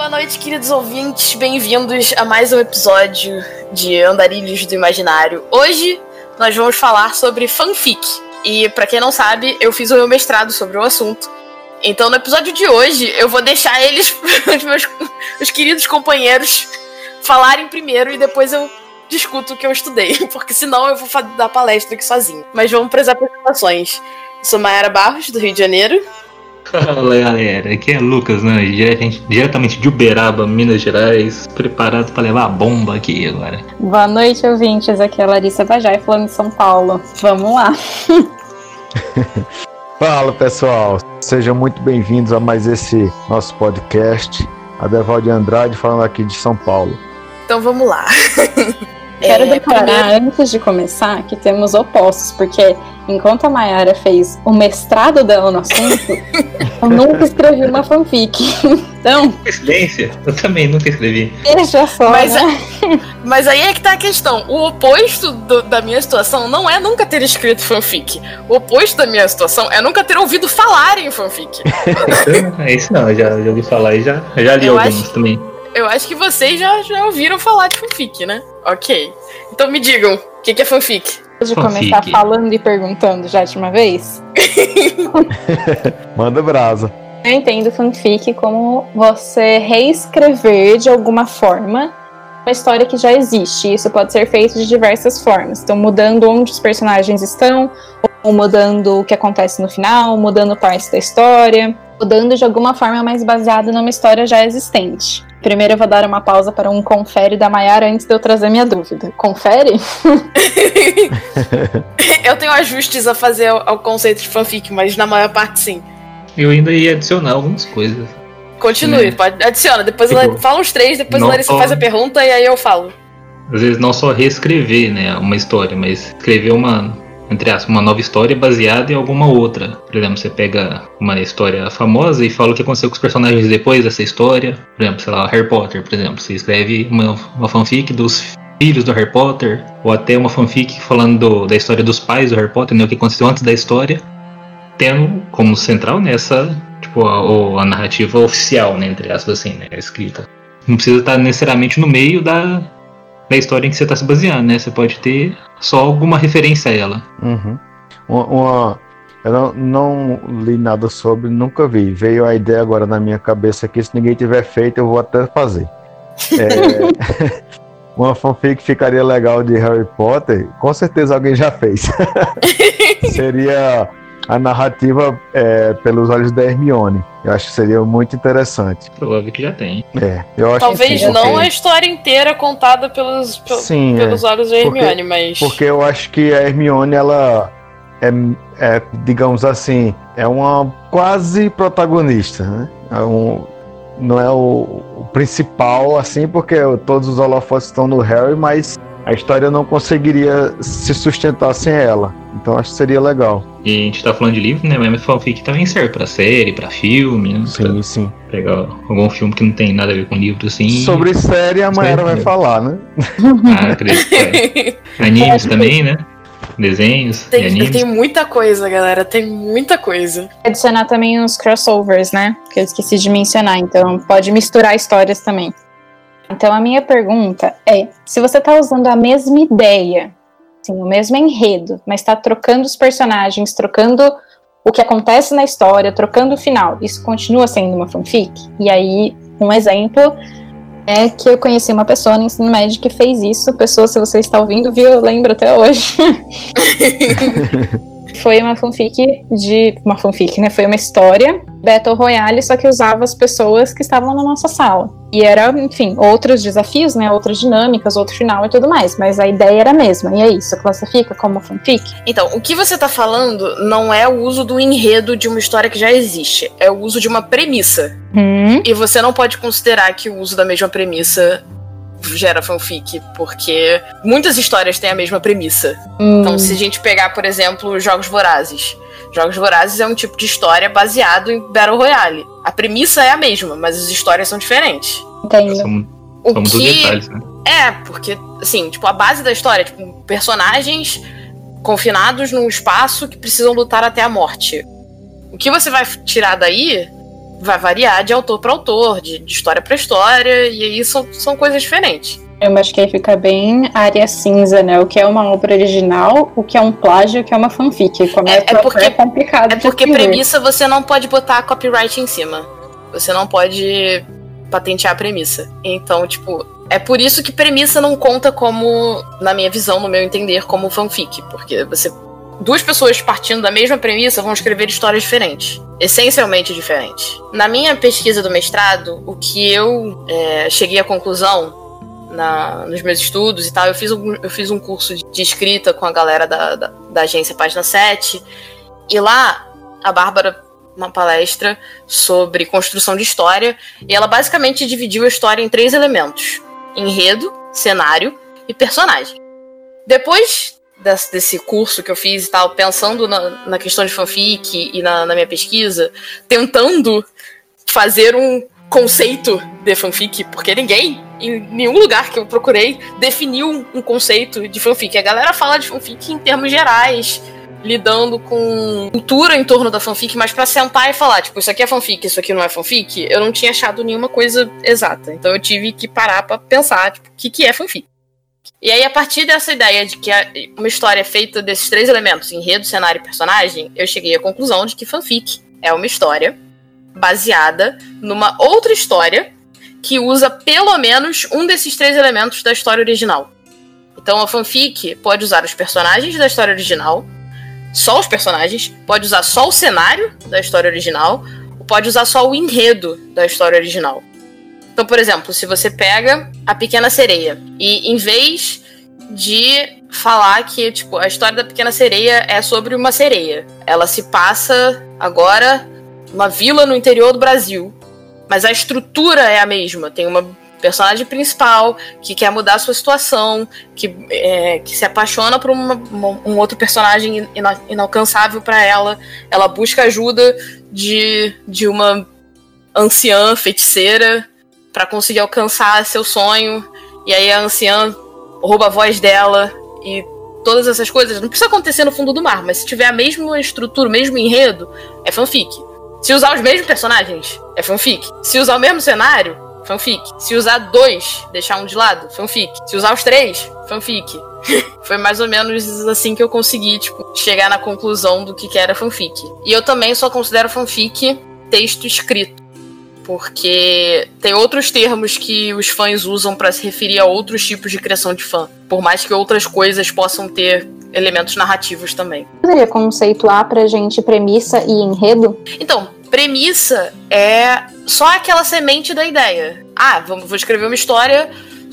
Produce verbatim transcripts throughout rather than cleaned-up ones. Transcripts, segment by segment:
Boa noite, queridos ouvintes, bem-vindos a mais um episódio de Andarilhos do Imaginário. Hoje nós vamos falar sobre fanfic. E pra quem não sabe, eu fiz o meu mestrado sobre o assunto. Então no episódio de hoje eu vou deixar eles, os meus os queridos companheiros, falarem primeiro e depois eu discuto o que eu estudei, porque senão eu vou dar palestra aqui sozinho. Mas vamos para as apresentações. Eu sou Mayara Barros, do Rio de Janeiro. Fala galera, aqui é Lucas, né? Diretamente de Uberaba, Minas Gerais, preparado para levar a bomba aqui agora. Boa noite, ouvintes, aqui é a Larissa Bajai, falando de São Paulo. Vamos lá. Fala pessoal, sejam muito bem-vindos a mais esse nosso podcast. Adevaldo Andrade falando aqui de São Paulo. Então vamos lá. Quero é, declarar, primeiro... antes de começar, que temos opostos, porque enquanto a Mayara fez o mestrado dela no assunto, eu nunca escrevi uma fanfic. Então... Coincidência? Eu também nunca escrevi. Veja só, mas, né? a... mas aí é que tá a questão. O oposto do, da minha situação não é nunca ter escrito fanfic. O oposto da minha situação é nunca ter ouvido falar em fanfic. É isso não, eu já, já ouvi falar e já, já li eu alguns acho... também. Eu acho que vocês já, já ouviram falar de fanfic, né? Ok. Então me digam, o que, que é fanfic? De fanfic. começar falando e perguntando já de uma vez? Manda brasa. Eu entendo fanfic como você reescrever de alguma forma uma história que já existe. Isso pode ser feito de diversas formas. Então, mudando onde os personagens estão, ou mudando o que acontece no final, mudando partes da história, mudando de alguma forma mais baseado numa história já existente. Primeiro eu vou dar uma pausa para um confere da Mayara antes de eu trazer minha dúvida. Confere? Eu tenho ajustes a fazer ao, ao conceito de fanfic, mas na maior parte sim. Eu ainda ia adicionar algumas coisas. Continue, né? Pode, adiciona. Depois Tipo, ela fala uns três, depois a Larissa só... faz a pergunta e aí eu falo. Às vezes não só reescrever, né, uma história, mas escrever uma, entre aspas, uma nova história baseada em alguma outra. Por exemplo, você pega uma história famosa e fala o que aconteceu com os personagens depois dessa história. Por exemplo, sei lá, Harry Potter, por exemplo. Você escreve uma, uma fanfic dos filhos do Harry Potter, ou até uma fanfic falando do, da história dos pais do Harry Potter, né, o que aconteceu antes da história, tendo como central nessa, tipo, a, a narrativa oficial, né, entre aspas, assim, né, a escrita. Não precisa estar necessariamente no meio da, da história em que você está se baseando, né, você pode ter só alguma referência a ela. Uhum. Uma, uma, eu não, não li nada sobre, nunca vi. Veio a ideia agora na minha cabeça que se ninguém tiver feito, eu vou até fazer. É, uma fanfic ficaria legal de Harry Potter, com certeza alguém já fez. Seria a narrativa é, pelos olhos da Hermione. Eu acho que seria muito interessante. Provável que já tem. É, eu acho Talvez que sim, não porque... a história inteira contada pelos, pel, sim, pelos é. olhos da Hermione, porque, mas... Porque eu acho que a Hermione, ela é, é, digamos assim, é uma quase protagonista, né? É um, não é o, o principal, assim, porque todos os holofotes estão no Harry, mas a história não conseguiria se sustentar sem ela. Então acho que seria legal. E a gente tá falando de livro, né? Mas fanfic também serve pra série, pra filme, né? Sim, pra sim. Pegar algum filme que não tem nada a ver com livro, assim. Sobre série, a Mayara vai falar, né? Ah, acredito que vai. Animes também, né? Desenhos Tem, e animes. tem muita coisa, galera. Tem muita coisa. Adicionar também os crossovers, né? Que eu esqueci de mencionar. Então, pode misturar histórias também. Então, a minha pergunta é, se você tá usando a mesma ideia, assim, o mesmo enredo, mas tá trocando os personagens, trocando o que acontece na história, trocando o final, isso continua sendo uma fanfic? E aí, um exemplo é que eu conheci uma pessoa no ensino médio que fez isso. Pessoa, se você está ouvindo, viu? Eu lembro até hoje. Foi uma fanfic de... Uma fanfic, né? Foi uma história Battle Royale, só que usava as pessoas que estavam na nossa sala. E era, enfim, outros desafios, né? Outras dinâmicas, outro final e tudo mais. Mas a ideia era a mesma. E é isso, classifica como fanfic? Então, o que você tá falando não é o uso do enredo de uma história que já existe. É o uso de uma premissa. Hum. E você não pode considerar que o uso da mesma premissa gera fanfic, porque muitas histórias têm a mesma premissa. Hum. Então, se a gente pegar, por exemplo, Jogos Vorazes. Jogos Vorazes é um tipo de história baseado em Battle Royale. A premissa é a mesma, mas as histórias são diferentes. Entendi. São, O são que... detalhes, né? É, porque, assim, tipo, a base da história, tipo, personagens confinados num espaço que precisam lutar até a morte. O que você vai tirar daí vai variar de autor para autor, de, de história para história, e aí são, são coisas diferentes. Eu acho que aí fica bem área cinza, né? O que é uma obra original, o que é um plágio, o que é uma fanfic. Como é, é, porque, é complicado. É porque premissa você não pode botar copyright em cima. Você não pode patentear a premissa. Então, tipo, é por isso que premissa não conta como, na minha visão, no meu entender, como fanfic. Porque você... duas pessoas partindo da mesma premissa vão escrever histórias diferentes. Essencialmente diferentes. Na minha pesquisa do mestrado, o que eu é, cheguei à conclusão... Na, nos meus estudos e tal, eu fiz um, eu fiz um curso de, de escrita com a galera da, da, da agência Página sete, e lá a Bárbara, uma palestra sobre construção de história, e ela basicamente dividiu a história em três elementos: enredo, cenário e personagem. Depois desse, desse curso que eu fiz e tal, pensando na, na questão de fanfic e na, na minha pesquisa, tentando fazer um conceito de fanfic, porque ninguém, em nenhum lugar que eu procurei, definiu um conceito de fanfic. A galera fala de fanfic em termos gerais, lidando com cultura em torno da fanfic, mas pra sentar e falar, tipo, isso aqui é fanfic, isso aqui não é fanfic, eu não tinha achado nenhuma coisa exata. Então eu tive que parar pra pensar, tipo, o que, que é fanfic? E aí, a partir dessa ideia de que uma história é feita desses três elementos, enredo, cenário e personagem, eu cheguei à conclusão de que fanfic é uma história baseada numa outra história que usa pelo menos um desses três elementos da história original. Então a fanfic pode usar os personagens da história original, só os personagens, pode usar só o cenário da história original, ou pode usar só o enredo da história original. Então, por exemplo, se você pega A Pequena Sereia e em vez de falar que tipo, a história da Pequena Sereia é sobre uma sereia, ela se passa agora numa vila no interior do Brasil, mas a estrutura é a mesma. Tem uma personagem principal que quer mudar a sua situação, que, é, que se apaixona por uma, uma, um outro personagem ina, inalcançável para ela. Ela busca ajuda de, de uma anciã feiticeira para conseguir alcançar seu sonho, e aí a anciã rouba a voz dela, e todas essas coisas não precisa acontecer no fundo do mar, mas se tiver a mesma estrutura, o mesmo enredo, é fanfic. Se usar os mesmos personagens, é fanfic. Se usar o mesmo cenário, fanfic. Se usar dois, deixar um de lado, fanfic. Se usar os três, fanfic. Foi mais ou menos assim que eu consegui, tipo, chegar na conclusão do que era fanfic. E eu também só considero fanfic texto escrito, porque tem outros termos que os fãs usam pra se referir a outros tipos de criação de fã, por mais que outras coisas possam ter elementos narrativos também. Poderia conceituar pra gente premissa e enredo? Então, premissa é só aquela semente da ideia. Ah, vou escrever uma história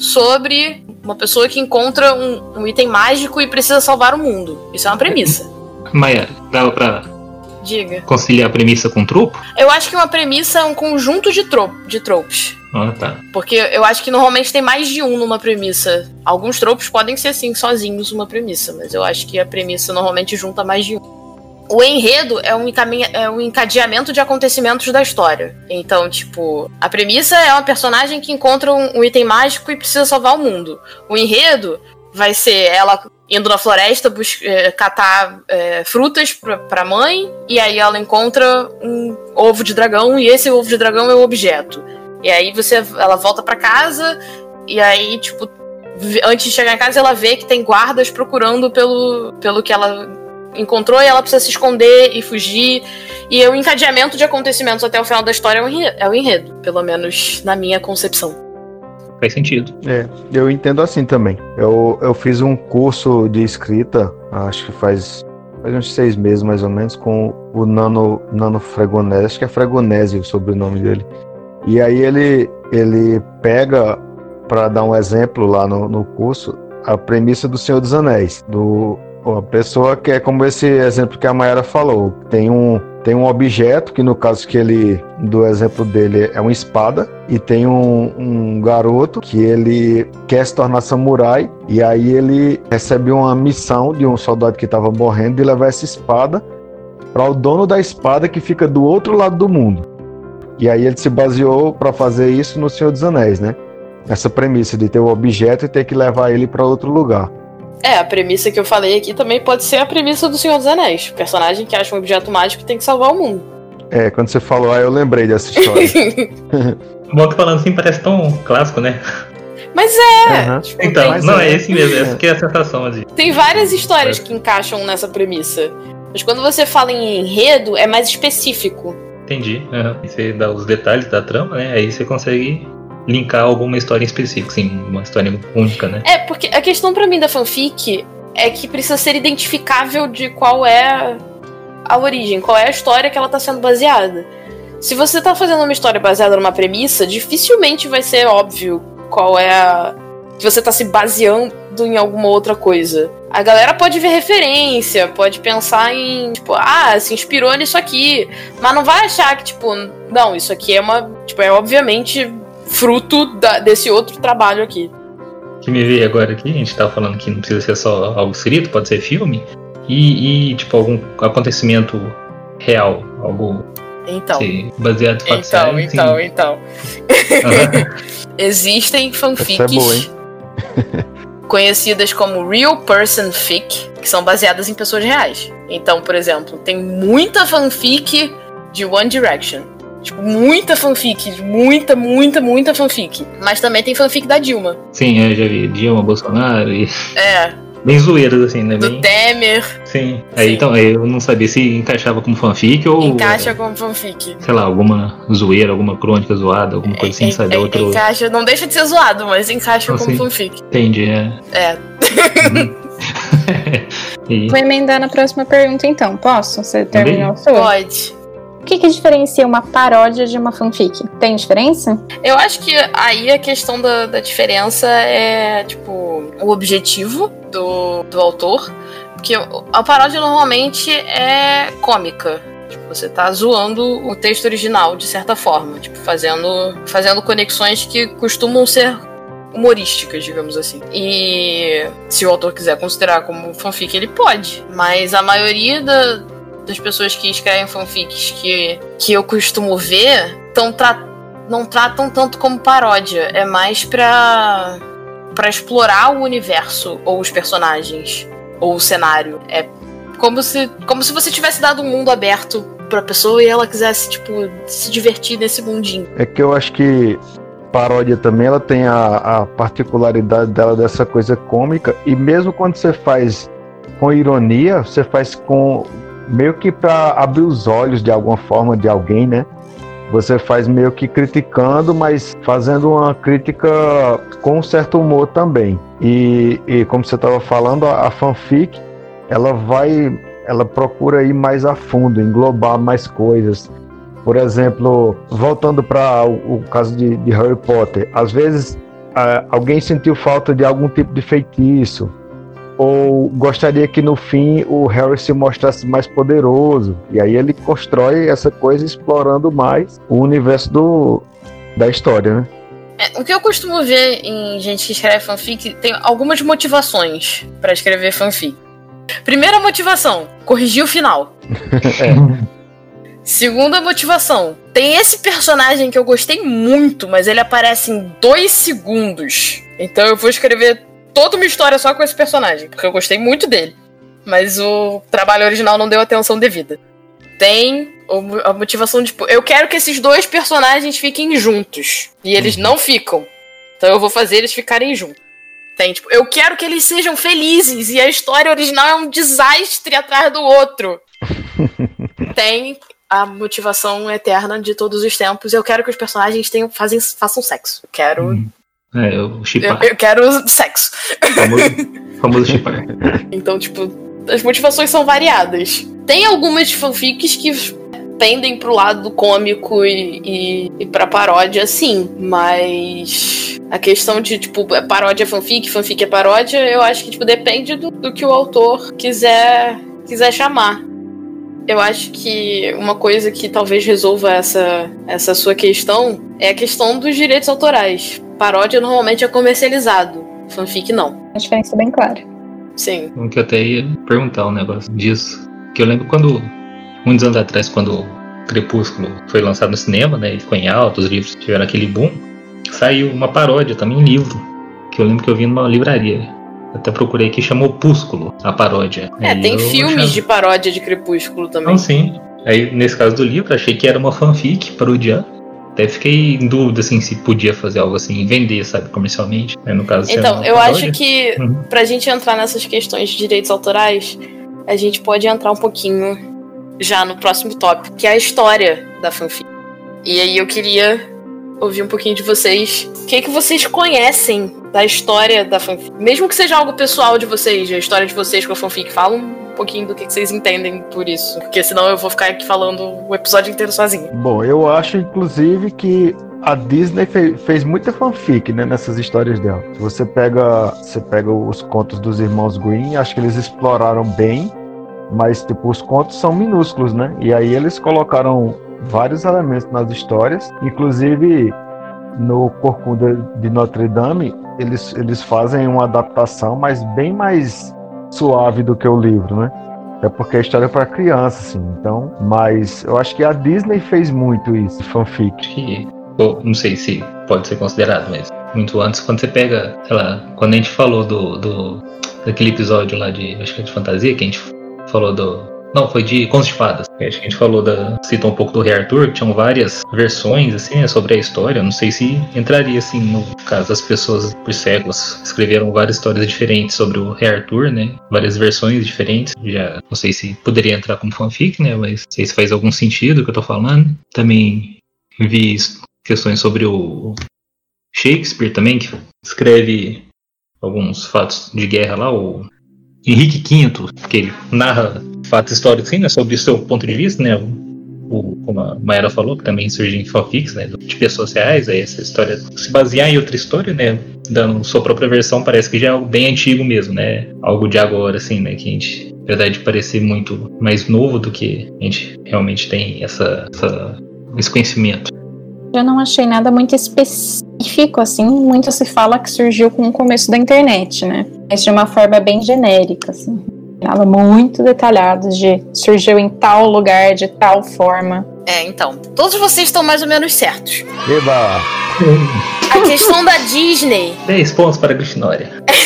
sobre uma pessoa que encontra um, um item mágico e precisa salvar o mundo. Isso é uma premissa. Maia, dava pra Diga. conciliar a premissa com tropo? Eu acho que uma premissa é um conjunto de, trope, de tropes. Ah, tá. Porque eu acho que normalmente tem mais de um numa premissa. Alguns tropos podem ser, assim, sozinhos uma premissa, mas eu acho que a premissa normalmente junta mais de um. O enredo é um, encaminha, é um encadeamento de acontecimentos da história. Então, tipo, a premissa é uma personagem que encontra um, um item mágico e precisa salvar o mundo. O enredo vai ser ela indo na floresta buscar, é, catar é, frutas pra, pra mãe, e aí ela encontra um ovo de dragão, e esse ovo de dragão é o objeto. E aí você, ela volta pra casa, e aí, tipo, antes de chegar em casa ela vê que tem guardas procurando pelo, pelo que ela encontrou, e ela precisa se esconder e fugir. E o encadeamento de acontecimentos até o final da história é o enredo, é o enredo, pelo menos na minha concepção. Faz sentido. É, eu entendo assim também. Eu, eu fiz um curso de escrita, acho que faz, faz uns seis meses mais ou menos, com o Nano, Nano Fregonese, acho que é Fregonese o sobrenome dele. E aí ele, ele pega, para dar um exemplo lá no, no curso, a premissa do Senhor dos Anéis, do a pessoa que é como esse exemplo que a Mayara falou, tem um, tem um objeto, que no caso que ele, do exemplo dele, é uma espada, e tem um, um garoto que ele quer se tornar samurai, e aí ele recebe uma missão de um soldado que estava morrendo de levar essa espada para o dono da espada, que fica do outro lado do mundo. E aí ele se baseou para fazer isso no Senhor dos Anéis, né? Essa premissa de ter o objeto e ter que levar ele para outro lugar. É, a premissa que eu falei aqui também pode ser a premissa do Senhor dos Anéis. O personagem que acha um objeto mágico tem que salvar o mundo. É, quando você falou, aí eu lembrei dessa história. Bom que falando assim parece tão clássico, né? Mas é! Uhum. Tipo, Então, tem, não, é esse mesmo, essa que é a sensação de... tem várias histórias que encaixam nessa premissa. Mas quando você fala em enredo, é mais específico. Entendi. Uhum. Você dá os detalhes da trama, né? Aí você consegue linkar alguma história em específico, sim, uma história única, né? É, porque a questão pra mim da fanfic é que precisa ser identificável de qual é a origem, qual é a história que ela tá sendo baseada. Se você tá fazendo uma história baseada numa premissa, dificilmente vai ser óbvio qual é a... que você tá se baseando em alguma outra coisa. A galera pode ver referência, pode pensar em, tipo, ah, se inspirou nisso aqui, mas não vai achar que, tipo, não, isso aqui é uma, tipo, é obviamente fruto da, desse outro trabalho aqui. O que me veio agora aqui, a gente tava falando que não precisa ser só algo escrito, pode ser filme, e, e tipo, algum acontecimento real, algo então, sei, baseado em fatos então, reais, então, assim. então. Existem fanfics Essa é boa, hein? conhecidas como Real Person Fic, que são baseadas em pessoas reais. Então, por exemplo, tem muita fanfic de One Direction. Tipo, muita fanfic, muita, muita, muita fanfic. Mas também tem fanfic da Dilma. Sim, eu já vi Dilma, Bolsonaro e... É. Bem zoeiras, assim, né? Do Bem... Temer. Sim. Aí, Sim. então, eu não sabia se encaixava como fanfic ou... Encaixa é, como fanfic. sei lá, alguma zoeira, alguma crônica zoada, alguma coisa assim, En- sabe? en- Outro... Encaixa, não deixa de ser zoado, mas encaixa Ah, como sim. fanfic. Entendi, é. É. Uhum. E... Vou emendar na próxima pergunta, então. Posso? Você terminou a sua? Pode. O que, que diferencia uma paródia de uma fanfic? Tem diferença? Eu acho que aí a questão da, da diferença é, tipo, o objetivo do, do autor. Porque a paródia normalmente é cômica. Tipo, você tá zoando o texto original, de certa forma. Tipo, fazendo, fazendo conexões que costumam ser humorísticas, digamos assim. E se o autor quiser considerar como fanfic, ele pode. Mas a maioria da... das pessoas que escrevem fanfics que, que eu costumo ver tão tra- não tratam tanto como paródia. É mais pra, pra explorar o universo, ou os personagens, ou o cenário. É como se, como se você tivesse dado um mundo aberto pra pessoa e ela quisesse, tipo, se divertir nesse mundinho. É que eu acho que paródia também, ela tem a, a particularidade dela dessa coisa cômica, e mesmo quando você faz com ironia, você faz com... meio que para abrir os olhos de alguma forma de alguém, né? Você faz meio que criticando, mas fazendo uma crítica com um certo humor também. E, e como você estava falando, a, a fanfic, ela vai, ela procura ir mais a fundo, englobar mais coisas. Por exemplo, voltando para o, o caso de, de Harry Potter, às vezes a, alguém sentiu falta de algum tipo de feitiço, ou gostaria que no fim o Harry se mostrasse mais poderoso, e aí ele constrói essa coisa explorando mais o universo do, da história, né? É, o que eu costumo ver em gente que escreve fanfic, tem algumas motivações pra escrever fanfic. Primeira motivação, corrigir o final. É. Segunda motivação, tem esse personagem que eu gostei muito, mas ele aparece em dois segundos. Então eu vou escrever toda uma história só com esse personagem, porque eu gostei muito dele. Mas o trabalho original não deu atenção devida. Tem a motivação de, tipo, eu quero que esses dois personagens fiquem juntos. E eles não ficam. Então eu vou fazer eles ficarem juntos. Tem, tipo, eu quero que eles sejam felizes e a história original é um desastre atrás do outro. Tem a motivação eterna de todos os tempos. Eu quero que os personagens tenham, fazem, façam sexo. Eu quero... Hum. É, eu chipar. Eu, eu quero sexo. Famoso, famoso chipar. Então, tipo, as motivações são variadas. Tem algumas fanfics que pendem pro lado cômico e, e, e pra paródia, sim. Mas a questão de, tipo, paródia é fanfic, fanfic é paródia, eu acho que, tipo, depende do, do que o autor quiser, quiser chamar. Eu acho que uma coisa que talvez resolva essa, essa sua questão é a questão dos direitos autorais. Paródia normalmente é comercializado, fanfic não. A diferença é bem clara. Sim. Que eu até ia perguntar um negócio disso. Que eu lembro quando, muitos anos atrás, quando Crepúsculo foi lançado no cinema, né, e ficou em alta, os livros tiveram aquele boom, saiu uma paródia também em livro, que eu lembro que eu vi numa livraria. Até procurei aqui, chamou Púsculo, a paródia. É, Aí tem eu filmes achava... de paródia de Crepúsculo também. Não, sim. Aí, nesse caso do livro, achei que era uma fanfic parodiando. Até fiquei em dúvida, assim, se podia fazer algo assim e vender, sabe, comercialmente. Aí, no caso, então, eu paródia. acho que uhum. pra gente entrar nessas questões de direitos autorais, a gente pode entrar um pouquinho já no próximo tópico, que é a história da fanfic. E aí eu queria ouvir um pouquinho de vocês. O que, que vocês conhecem da história da fanfic? Mesmo que seja algo pessoal de vocês, a história de vocês com a fanfic, fala um pouquinho do que, que vocês entendem por isso. Porque senão eu vou ficar aqui falando o episódio inteiro sozinho. Bom, eu acho, inclusive, que a Disney fez, fez muita fanfic, né, nessas histórias dela. Se você pega, você pega os contos dos irmãos Grimm, acho que eles exploraram bem, mas tipo, os contos são minúsculos, né? E aí eles colocaram vários elementos nas histórias, inclusive no Corcunda de Notre Dame, eles, eles fazem uma adaptação, mas bem mais suave do que o livro, né? É porque a história é para criança, assim, então, mas eu acho que a Disney fez muito isso, fanfic. Que, não sei se pode ser considerado, mas muito antes, quando você pega, sei lá, quando a gente falou do, do daquele episódio lá de, acho que é de fantasia, que a gente falou do, não, foi de Contos de Fadas. Acho que a gente falou da, citou um pouco do Rei Arthur, que tinham várias versões, assim, né, sobre a história. Não sei se entraria, assim, no caso, as pessoas por séculos escreveram várias histórias diferentes sobre o Rei Arthur, né, várias versões diferentes. Já não sei se poderia entrar como fanfic, né, mas não sei se faz algum sentido o que eu tô falando. Também vi questões sobre o Shakespeare também, que escreve alguns fatos de guerra lá, o Henrique Quinto, que ele narra fatos históricos, assim, né, sobre o seu ponto de vista, né, o, como a Mayara falou, que também surge em fanfics, né, de pessoas reais. Aí essa história se basear em outra história, né, dando sua própria versão, parece que já é algo bem antigo mesmo, né, algo de agora, assim, né, que a gente, na verdade, parecer muito mais novo do que a gente realmente tem essa, essa, esse conhecimento. Eu não achei nada muito específico, assim, muito se fala que surgiu com o começo da internet, né, mas de uma forma bem genérica, assim. Nada muito detalhado de surgiu em tal lugar, de tal forma. É, então, todos vocês estão mais ou menos certos. Eba! A questão da Disney... dez pontos para a Grifinória.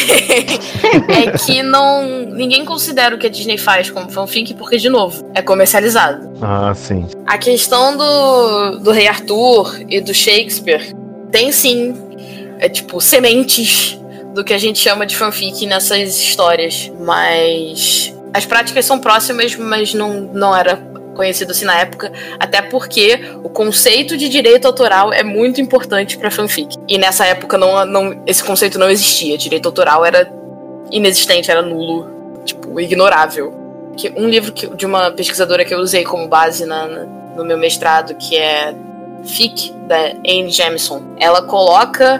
É que não, ninguém considera o que a Disney faz como fanfic porque, de novo, é comercializado. Ah, sim. A questão do, do Rei Arthur e do Shakespeare tem, sim, é tipo, sementes do que a gente chama de fanfic nessas histórias, mas as práticas são próximas, mas não, não era conhecido assim na época, até porque o conceito de direito autoral é muito importante para fanfic, e nessa época não, não, esse conceito não existia, direito autoral era inexistente, era nulo, tipo, ignorável. Que um livro que, de uma pesquisadora que eu usei como base na, na, no meu mestrado, que é Fic, da Anne Jamison, ela coloca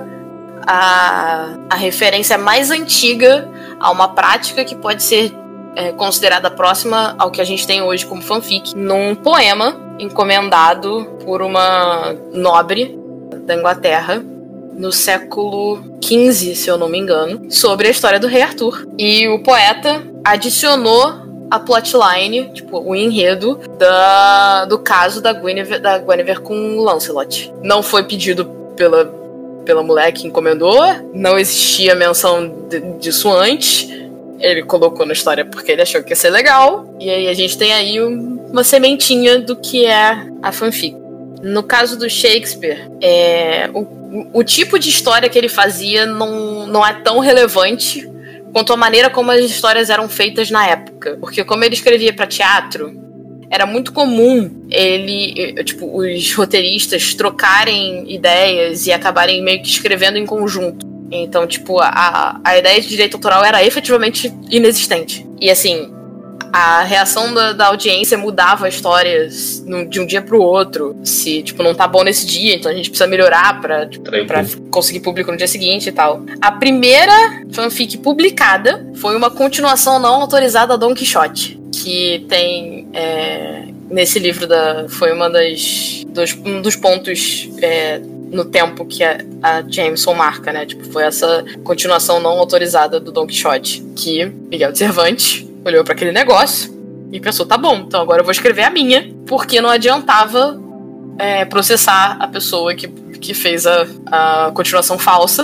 A, a referência mais antiga a uma prática que pode ser é, considerada próxima ao que a gente tem hoje como fanfic, num poema encomendado por uma nobre da Inglaterra no século quinze, se eu não me engano, sobre a história do Rei Arthur. E o poeta adicionou a plotline, tipo, o enredo da, do caso da Guinevere, da Guinevere com Lancelot. Não foi pedido pela pela mulher que encomendou, não existia menção de, disso antes, ele colocou na história porque ele achou que ia ser legal, e aí a gente tem aí um, uma sementinha do que é a fanfic. No caso do Shakespeare, é, o, o tipo de história que ele fazia não, não é tão relevante quanto a maneira como as histórias eram feitas na época, porque como ele escrevia para teatro, era muito comum ele, tipo, os roteiristas trocarem ideias e acabarem meio que escrevendo em conjunto. Então, tipo, a, a ideia de direito autoral era efetivamente inexistente. E, assim, a reação da, da audiência mudava a história de um dia pro outro. Se, tipo, não tá bom nesse dia, então a gente precisa melhorar pra, tipo, pra conseguir público no dia seguinte e tal. A primeira fanfic publicada foi uma continuação não autorizada a Don Quixote, que tem é, nesse livro da, foi uma das dos, um dos pontos é, no tempo que a, a Jameson marca, né? Tipo, foi essa continuação não autorizada do Don Quixote, que Miguel de Cervantes olhou para aquele negócio e pensou, tá bom, então agora eu vou escrever a minha, porque não adiantava é, processar a pessoa que, que fez a, a continuação falsa,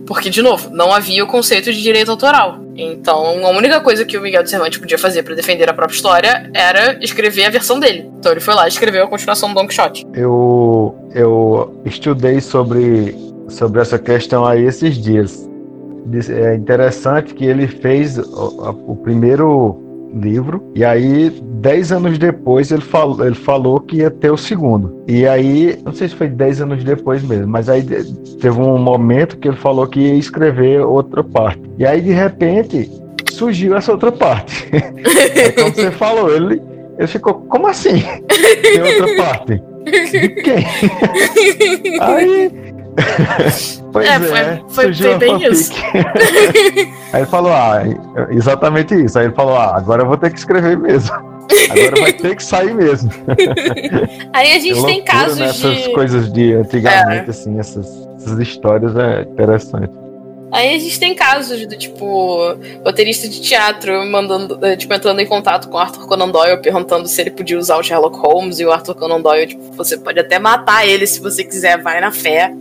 Porque, de novo, não havia o conceito de direito autoral. Então, a única coisa que o Miguel de Cervantes podia fazer para defender a própria história era escrever a versão dele. Então ele foi lá e escreveu a continuação do Don Quixote. Eu, eu estudei sobre, sobre essa questão aí esses dias. É interessante que ele fez o, o primeiro livro, e aí, dez anos depois, ele falou, ele falou que ia ter o segundo. E aí, não sei se foi dez anos depois mesmo, mas aí teve um momento que ele falou que ia escrever outra parte. E aí, de repente, surgiu essa outra parte. Aí, quando você falou, ele, ele ficou, como assim? Tem outra parte? De quem? Aí... Pois é, é, foi, foi bem isso. Aí ele falou, ah, exatamente isso. Aí ele falou, ah, agora eu vou ter que escrever mesmo. Agora vai ter que sair mesmo. Aí a gente tem casos né? de... Essas coisas de antigamente, é. assim, essas, essas histórias é interessante. Aí a gente tem casos do tipo, roteirista de teatro mandando, tipo, entrando em contato com o Arthur Conan Doyle, perguntando se ele podia usar o Sherlock Holmes, e o Arthur Conan Doyle, tipo, você pode até matar ele se você quiser, vai na fé.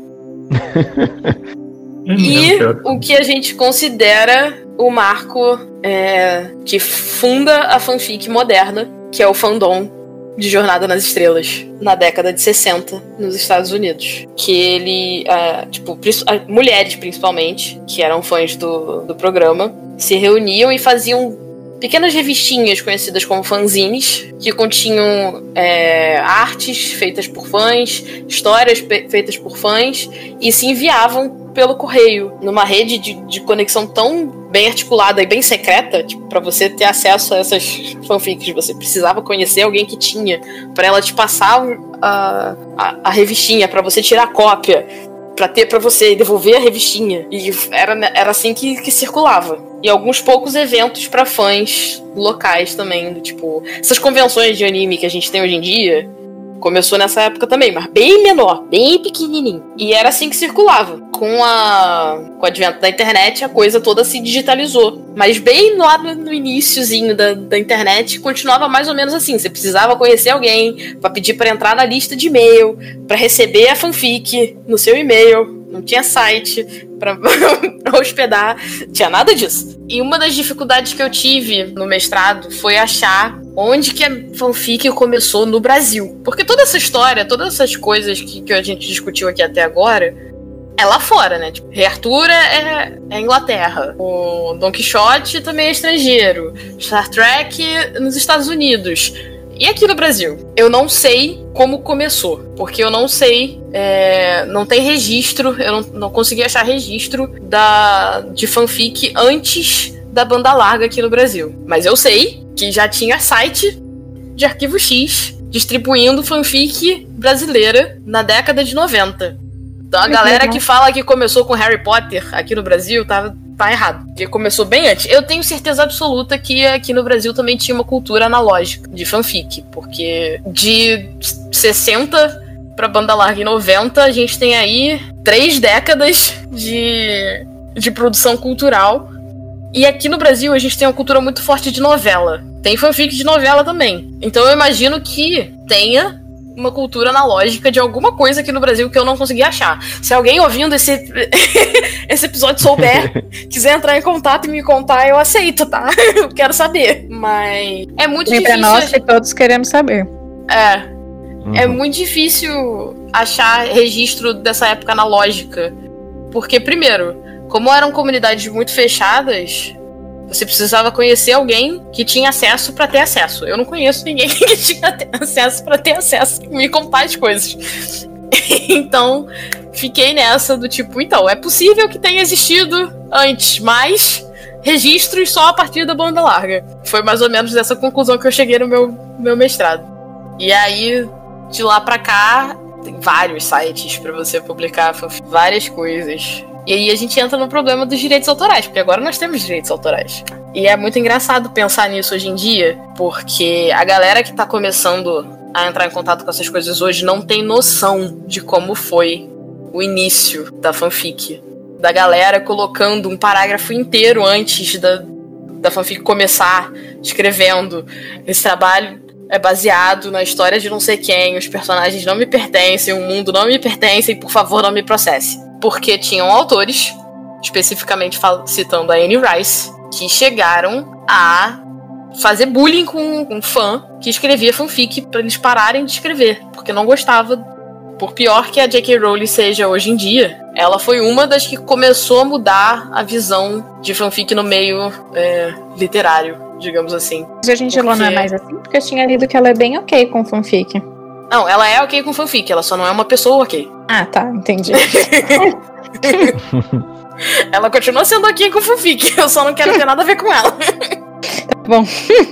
E o que a gente considera o marco é, que funda a fanfic moderna, que é o fandom de Jornada nas Estrelas, na década de sessenta, nos Estados Unidos. Que ele, é, tipo, mulheres principalmente, que eram fãs do, do programa, se reuniam e faziam pequenas revistinhas conhecidas como fanzines, que continham é, artes feitas por fãs, histórias pe- feitas por fãs, e se enviavam pelo correio, numa rede de, de conexão tão bem articulada e bem secreta, tipo, para você ter acesso a essas fanfics, você precisava conhecer alguém que tinha, para ela te passar a, a, a revistinha, para você tirar cópia, pra ter pra você devolver a revistinha. E era, era assim que, que circulava. E alguns poucos eventos pra fãs locais também, do tipo... Essas convenções de anime que a gente tem hoje em dia, começou nessa época também, mas bem menor, bem pequenininho. E era assim que circulava. Com, a, com o advento da internet, a coisa toda se digitalizou. Mas bem lá no, no iniciozinho da, da internet, continuava mais ou menos assim. Você precisava conhecer alguém pra pedir pra entrar na lista de e-mail, pra receber a fanfic no seu e-mail. Não tinha site pra hospedar, não tinha nada disso. E uma das dificuldades que eu tive no mestrado foi achar onde que a fanfic começou no Brasil. Porque toda essa história, todas essas coisas que, que a gente discutiu aqui até agora, é lá fora, né? Tipo, Rei Arthur é, é Inglaterra. O Don Quixote também é estrangeiro. Star Trek nos Estados Unidos. E aqui no Brasil? Eu não sei como começou. Porque eu não sei... É, não tem registro. Eu não, não consegui achar registro da, de fanfic antes da banda larga aqui no Brasil. Mas eu sei que já tinha site de Arquivo X distribuindo fanfic brasileira na década de noventa. Então a galera que fala que começou com Harry Potter aqui no Brasil tá, tá errado. Porque começou bem antes. Eu tenho certeza absoluta que aqui no Brasil também tinha uma cultura analógica de fanfic. Porque de sessenta pra banda larga em noventa, a gente tem aí três décadas de, de produção cultural. E aqui no Brasil a gente tem uma cultura muito forte de novela. Tem fanfic de novela também. Então eu imagino que tenha uma cultura analógica de alguma coisa aqui no Brasil que eu não consegui achar. Se alguém ouvindo esse, esse episódio souber, quiser entrar em contato e me contar, eu aceito, tá? Eu quero saber. Mas é muito Vem difícil. Pra nós que todos queremos saber. É. Uhum. É muito difícil achar registro dessa época analógica. Porque, primeiro, como eram comunidades muito fechadas, você precisava conhecer alguém que tinha acesso pra ter acesso. Eu não conheço ninguém que tinha acesso pra ter acesso e me contar as coisas. Então, fiquei nessa do tipo, então, é possível que tenha existido antes, mas registros só a partir da banda larga. Foi mais ou menos dessa conclusão que eu cheguei no meu, meu mestrado. E aí, de lá pra cá, tem vários sites pra você publicar várias coisas. E aí a gente entra no problema dos direitos autorais, porque agora nós temos direitos autorais. E é muito engraçado pensar nisso hoje em dia, porque a galera que tá começando a entrar em contato com essas coisas hoje não tem noção de como foi o início da fanfic. Da galera colocando um parágrafo inteiro antes da, da fanfic começar, escrevendo: esse trabalho é baseado na história de não sei quem, os personagens não me pertencem, o mundo não me pertence, e por favor não me processe. Porque tinham autores especificamente fal- citando a Anne Rice, que chegaram a fazer bullying com um fã que escrevia fanfic pra eles pararem de escrever, porque não gostava. Por pior que a J K. Rowling seja hoje em dia, ela foi uma das que começou a mudar a visão de fanfic no meio é, literário, digamos assim. Mas hoje em dia ela não é mais assim? Porque eu tinha lido que ela é bem ok com fanfic. Não, ela é ok com fanfic, ela só não é uma pessoa ok. Ah, tá, entendi. Ela continua sendo ok com fanfic, eu só não quero ter nada a ver com ela. Tá bom.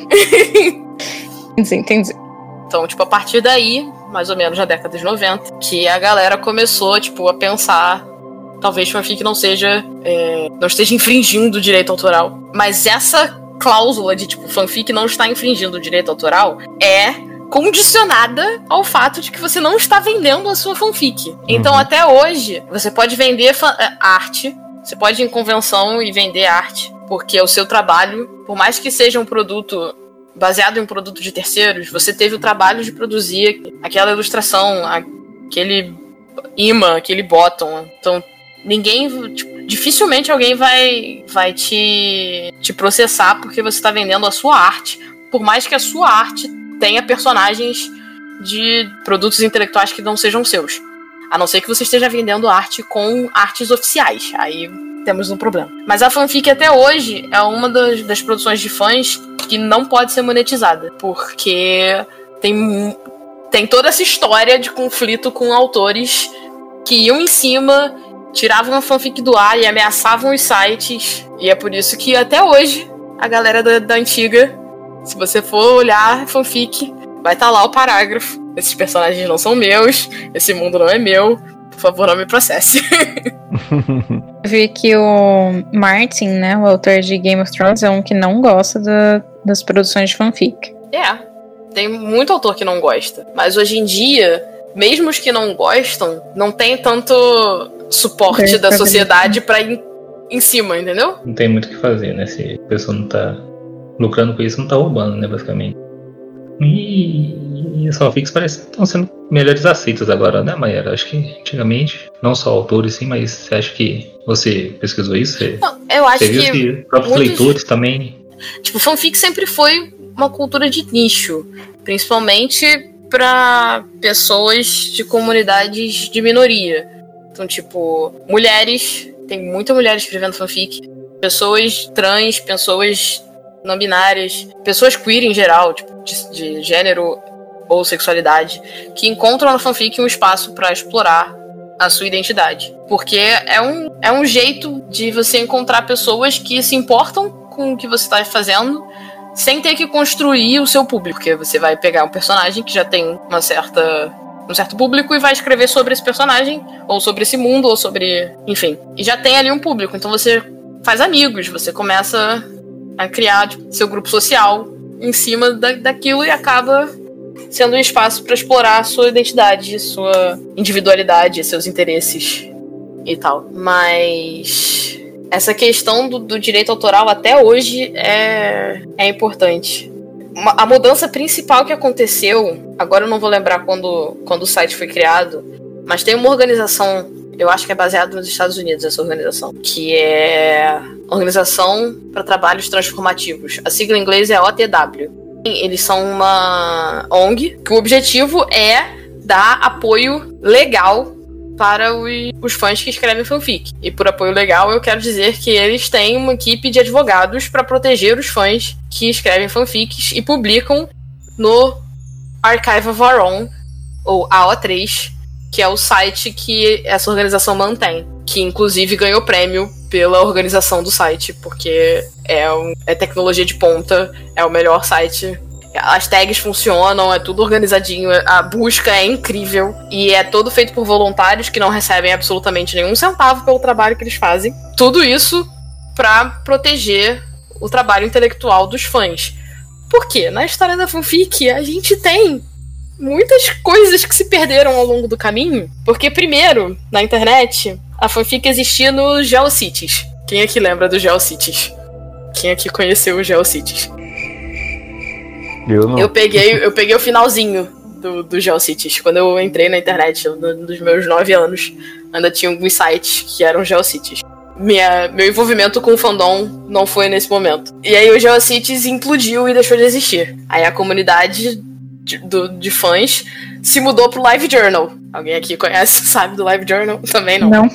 Entendi, entendi. Então, tipo, a partir daí, mais ou menos na década de noventa, que a galera começou, tipo, a pensar, talvez fanfic não seja, é, não esteja infringindo o direito autoral. Mas essa cláusula de, tipo, fanfic não está infringindo o direito autoral é condicionada ao fato de que você não está vendendo a sua fanfic. Então, uhum. até hoje, você pode vender fan- arte, você pode ir em convenção e vender arte, porque é o seu trabalho, por mais que seja um produto baseado em um produto de terceiros, você teve o trabalho de produzir aquela ilustração, aquele imã, aquele bottom. Então, ninguém, tipo, dificilmente alguém vai, vai te, te processar porque você está vendendo a sua arte, por mais que a sua arte tenha personagens de produtos intelectuais que não sejam seus. A não ser que você esteja vendendo arte com artes oficiais. Aí temos um problema. Mas a fanfic até hoje é uma das, das produções de fãs que não pode ser monetizada. Porque tem, tem toda essa história de conflito com autores que iam em cima, tiravam a fanfic do ar e ameaçavam os sites. E é por isso que até hoje a galera da, da antiga, se você for olhar fanfic, vai estar lá o parágrafo: esses personagens não são meus, esse mundo não é meu, por favor, não me processe. Eu vi que o Martin, né, o autor de Game of Thrones, é um que não gosta da, das produções de fanfic. É, tem muito autor que não gosta. Mas hoje em dia, mesmo os que não gostam, não tem tanto suporte da sociedade pra ir em cima, entendeu? Não tem muito o que fazer, né? Se a pessoa não tá lucrando com isso, não tá roubando, né, basicamente. E, e as fanfics parecem que estão sendo melhores aceitas agora, né, Mayara? Acho que antigamente, não só autores, sim, mas você acha que você pesquisou isso? Você, não, eu acho você viu que, que próprios muitos, leitores também... Tipo, fanfic sempre foi uma cultura de nicho, principalmente para pessoas de comunidades de minoria. Então, tipo, mulheres, tem muita mulher escrevendo fanfic, pessoas trans, pessoas não binárias, pessoas queer em geral, tipo, de, de gênero ou sexualidade, que encontram na fanfic um espaço para explorar a sua identidade. Porque é um, é um jeito de você encontrar pessoas que se importam com o que você está fazendo, sem ter que construir o seu público. Porque você vai pegar um personagem que já tem uma certa, um certo público e vai escrever sobre esse personagem, ou sobre esse mundo, ou sobre... Enfim. E já tem ali um público. Então você faz amigos, você começa a criar, tipo, seu grupo social em cima da, daquilo e acaba sendo um espaço para explorar a sua identidade, sua individualidade, seus interesses e tal. Mas essa questão do, do direito autoral até hoje é, é importante. Uma, a mudança principal que aconteceu, agora eu não vou lembrar quando, quando o site foi criado, mas tem uma organização, eu acho que é baseada nos Estados Unidos, essa organização, que é Organização para Trabalhos Transformativos. A sigla em inglês é O T W. Eles são uma O N G, que o objetivo é dar apoio legal para os, os fãs que escrevem fanfic. E por apoio legal eu quero dizer que eles têm uma equipe de advogados para proteger os fãs que escrevem fanfics e publicam no Archive of Our Own, ou A O três, que é o site que essa organização mantém, que inclusive ganhou prêmio pela organização do site, porque é, um, é tecnologia de ponta, é o melhor site. As tags funcionam, é tudo organizadinho, a busca é incrível e é todo feito por voluntários que não recebem absolutamente nenhum centavo pelo trabalho que eles fazem. Tudo isso pra proteger o trabalho intelectual dos fãs. Por quê? Na história da fanfic, a gente tem muitas coisas que se perderam ao longo do caminho, porque primeiro, na internet, a fanfic existia nos GeoCities. Quem aqui lembra dos GeoCities? Quem aqui conheceu os GeoCities? Eu não. Eu peguei, eu peguei o finalzinho do, do GeoCities. Quando eu entrei na internet, no, nos meus nove anos, ainda tinha alguns sites que eram GeoCities. minha, meu envolvimento com o fandom não foi nesse momento. E aí o Geocities implodiu e deixou de existir. Aí a comunidade de, do, de fãs se mudou pro LiveJournal. Alguém aqui conhece, sabe do LiveJournal? Também não. Não.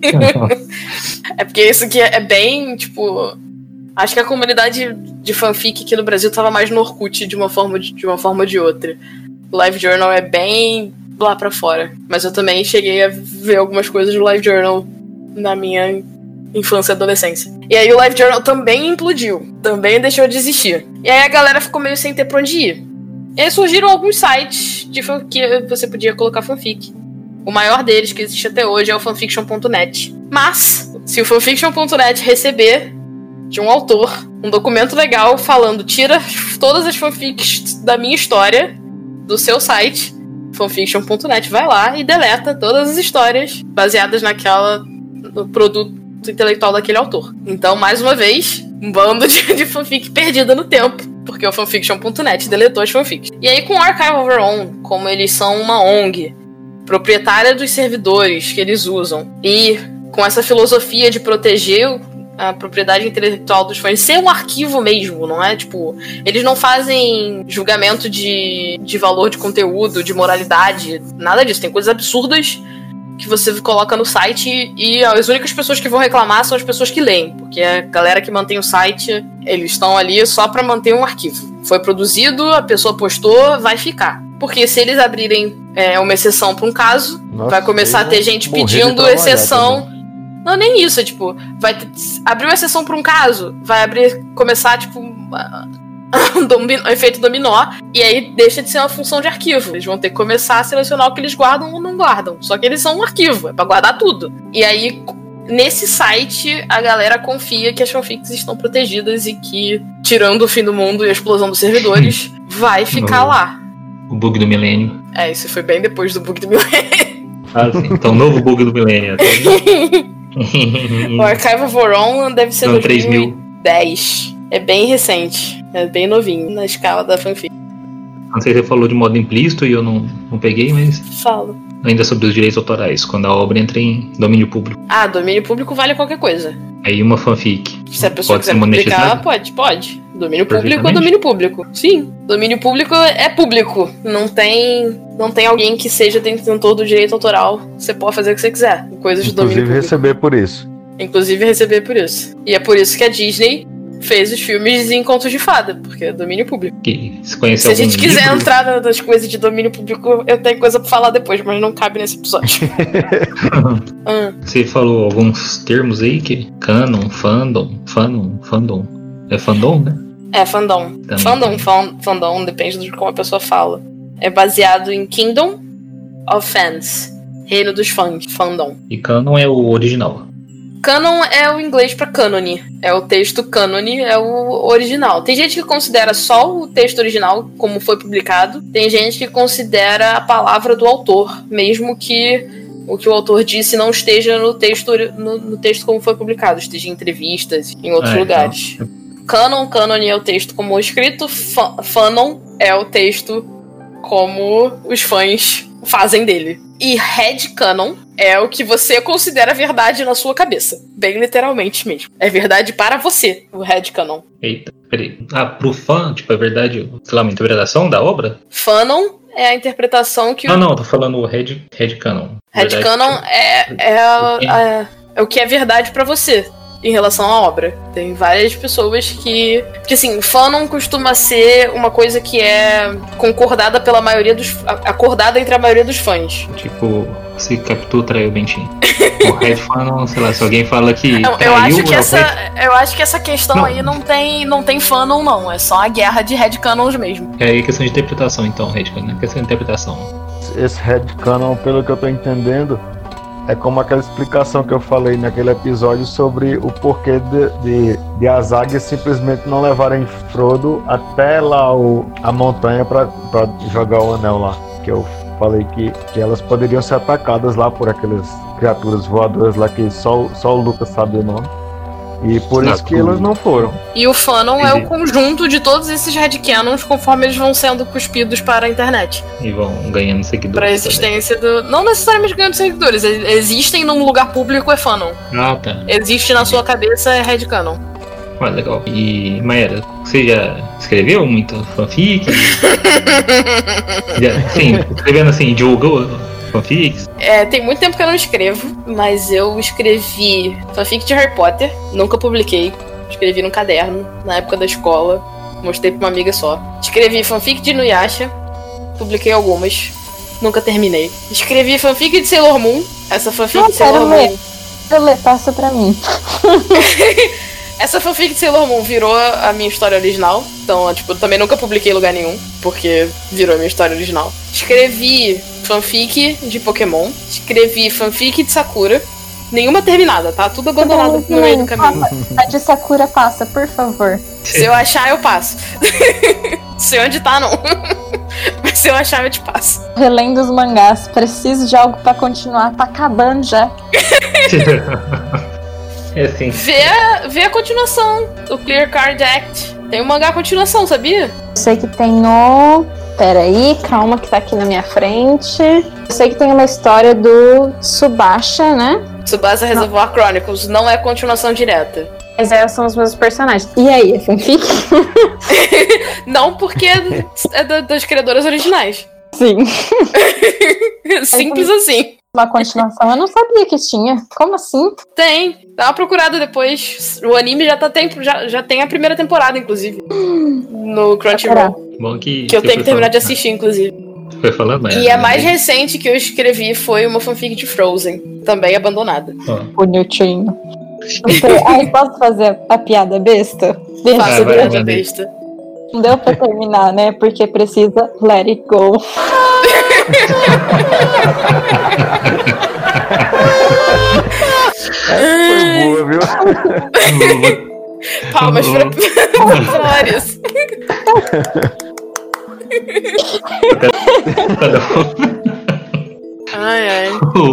É porque isso aqui é bem, tipo... Acho que a comunidade de fanfic aqui no Brasil tava mais no Orkut de uma forma de, de uma forma ou de outra. O LiveJournal é bem lá pra fora. Mas eu também cheguei a ver algumas coisas do LiveJournal na minha infância e adolescência. E aí o LiveJournal também implodiu. Também deixou de existir. E aí a galera ficou meio sem ter pra onde ir. E aí surgiram alguns sites de fan- que você podia colocar fanfic. O maior deles, que existe até hoje, é o fanfiction ponto net. Mas, se o fanfiction ponto net receber de um autor um documento legal falando tira todas as fanfics da minha história do seu site, fanfiction ponto net vai lá e deleta todas as histórias baseadas naquela no produto intelectual daquele autor. Então, mais uma vez, um bando de, de fanfic perdida no tempo, porque o fanfiction ponto net deletou as fanfics. E aí, com o Archive of Our Own, como eles são uma O N G proprietária dos servidores que eles usam, e com essa filosofia de proteger a propriedade intelectual dos fãs, ser um arquivo mesmo, não é? Tipo, eles não fazem julgamento de, de valor de conteúdo, de moralidade, nada disso. Tem coisas absurdas que você coloca no site e as únicas pessoas que vão reclamar são as pessoas que leem, porque a galera que mantém o site, eles estão ali só pra manter um arquivo. Foi produzido, a pessoa postou, vai ficar. Porque se eles abrirem é, uma exceção pra um caso, Nossa, vai começar a ter gente pedindo exceção. Não, nem isso, é tipo, vai ter, abrir uma exceção pra um caso, vai abrir, começar, tipo, um dominó, efeito dominó, e aí deixa de ser uma função de arquivo. Eles vão ter que começar a selecionar o que eles guardam ou não guardam. Só que eles são um arquivo, é pra guardar tudo. E aí, nesse site, a galera confia que as fanfics estão protegidas e que, tirando o fim do mundo e a explosão dos servidores, vai ficar No, lá. O bug do milênio. É, isso foi bem depois do bug do milênio. Ah, sim. Então, novo bug do milênio. O Archive of Our Own deve ser Não, dois mil e dez. É bem recente. É bem novinho na escala da fanfic. Não sei se você falou de modo implícito e eu não, não peguei, mas Fala. ainda sobre os direitos autorais, quando a obra entra em domínio público. Ah, domínio público vale qualquer coisa. Aí uma fanfic Se a pessoa pode ser quiser publicar, monetizada? pode, pode. Domínio público é Perfeitamente. domínio público. Sim. Domínio público é público. Não tem, não tem alguém que seja detentor do direito autoral. Você pode fazer o que você quiser. Coisas de domínio Inclusive público. receber por isso. Inclusive receber por isso. E é por isso que a Disney fez os filmes em contos de fada, porque é domínio público. Que se conhece Se a algum gente quiser livro, entrar nas coisas de domínio público, eu tenho coisa pra falar depois, mas não cabe nesse episódio. ah, Você falou alguns termos aí que canon, fandom, fanon, fandom. É fandom, né? é, fandom. Também Fandom, tem. fan, fandom, depende de como a pessoa fala. É baseado em Kingdom of Fans, Reino dos Fãs, fandom. E canon é o original. Canon é o inglês pra cânone. É o texto cânone, é o original. Tem gente que considera só o texto original como foi publicado. Tem gente que considera a palavra do autor, mesmo que o que o autor disse não esteja no texto, no, no texto como foi publicado, esteja em entrevistas, em outros Ah, lugares. então. Canon, cânone é o texto como escrito. Fa- fanon é o texto como os fãs fazem dele. E headcanon é o que você considera verdade na sua cabeça. Bem literalmente mesmo. É verdade para você, o headcanon. Eita, peraí. Ah, pro fã, tipo, é verdade, sei lá, uma interpretação da obra? Fanon é a interpretação que Não, o não, tô falando o head, headcanon. headcanon é, é, a- a- é o que é verdade pra você em relação à obra. Tem várias pessoas que... Porque assim, fanon costuma ser uma coisa que é concordada pela maioria dos... acordada entre a maioria dos fãs. Tipo, se Capitu traiu o Bentinho. O headfanon, sei lá, se alguém fala que Eu, eu traiu, acho que é o essa, head- eu acho que essa questão Não. aí não tem, não tem fanon, não. É só a guerra de headcanons mesmo. É aí questão de interpretação, então, headcanon, né? Questão de interpretação. Esse headcanon, pelo que eu tô entendendo, é como aquela explicação que eu falei naquele episódio sobre o porquê de, de, de as águias simplesmente não levarem Frodo até lá o, a montanha pra, pra jogar o anel lá. Que eu falei que, que elas poderiam ser atacadas lá por aquelas criaturas voadoras lá que só, só o Lucas sabe o nome. E por isso que elas não foram. E o fandom é o conjunto de todos esses headcanons conforme eles vão sendo cuspidos para a internet. E vão ganhando seguidores. Para a existência também. do... Não necessariamente ganhando seguidores, existem num lugar público é fandom. Ah, tá. Existe na sua cabeça é headcanon. Ah, legal. E, Maera, você já escreveu muito fanfic? já, sim, escrevendo assim, divulgou fanfics? É, tem muito tempo que eu não escrevo, mas eu escrevi fanfic de Harry Potter, nunca publiquei. Escrevi num caderno, na época da escola, mostrei pra uma amiga só. Escrevi fanfic de Inuyasha, publiquei algumas, nunca terminei. Escrevi fanfic de Sailor Moon, essa fanfic não, de Sailor ler. Moon... Eu ler, passa pra mim. Essa fanfic de Sailor Moon virou a minha história original. Então, tipo, eu também nunca publiquei em lugar nenhum, porque virou a minha história original. Escrevi fanfic de Pokémon. Escrevi fanfic de Sakura. Nenhuma terminada, tá? Tudo abandonado no meio do caminho. A de Sakura passa, por favor. Se eu achar, eu passo. Sei onde tá, não. Mas se eu achar, eu te passo. Relendo os mangás. Preciso de algo pra continuar. Tá acabando já. É assim. Vê a, vê a continuação, o Clear Card Act. Tem um mangá continuação, sabia? Eu sei que tem no... Pera aí, calma que tá aqui na minha frente. Eu sei que tem uma história do Tsubasa, né? Tsubasa Reservoir Chronicles não é continuação direta. Mas esses são os meus personagens. E aí, é fanfic? Não, porque é da, das criadoras originais. Sim. Simples assim. Uma continuação, eu não sabia que tinha. Como assim? Tem. Dá uma procurada depois. O anime já, tá tempo, já, já tem a primeira temporada, inclusive. No Crunchyroll. Bom que, que eu que tenho que terminar falando. de assistir, inclusive. Foi falando, mas... E a mais recente que eu escrevi foi uma fanfic de Frozen. Também abandonada. Oh. Bonitinho. Ai, posso fazer a piada besta? Faça a vai, piada vai, besta. Não deu pra terminar, né? Porque precisa let it go. Essa foi boa, viu? Palmas pra, pra Larissa. Ai, ai.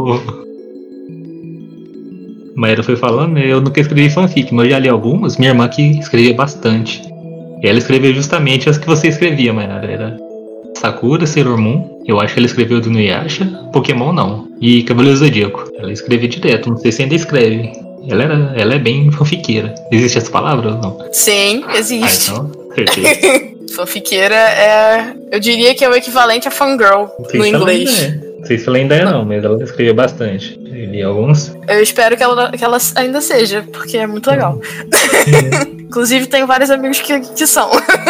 Maera foi falando, né? Eu nunca escrevi fanfic, mas eu já li algumas. Minha irmã que escrevia bastante. E ela escreveu justamente as que você escrevia, Maera. Era Sakura, Sailor Moon. Eu acho que ela escreveu do Inuyasha. Pokémon não. E Cavaleiro Zodíaco. Ela escrevia direto, não sei se ainda escreve. Ela, era, ela é bem fanfiqueira. Existe essa palavra ou não? Sim, existe. Ah, então, certeza. Fanfiqueira é... Eu diria que é o equivalente a fangirl no inglês. É. Não sei se ela ainda é não, mas ela escreveu bastante. Eu li alguns. Eu espero que ela, que ela ainda seja, porque é muito legal. Uhum. Inclusive, tenho vários amigos que, que são.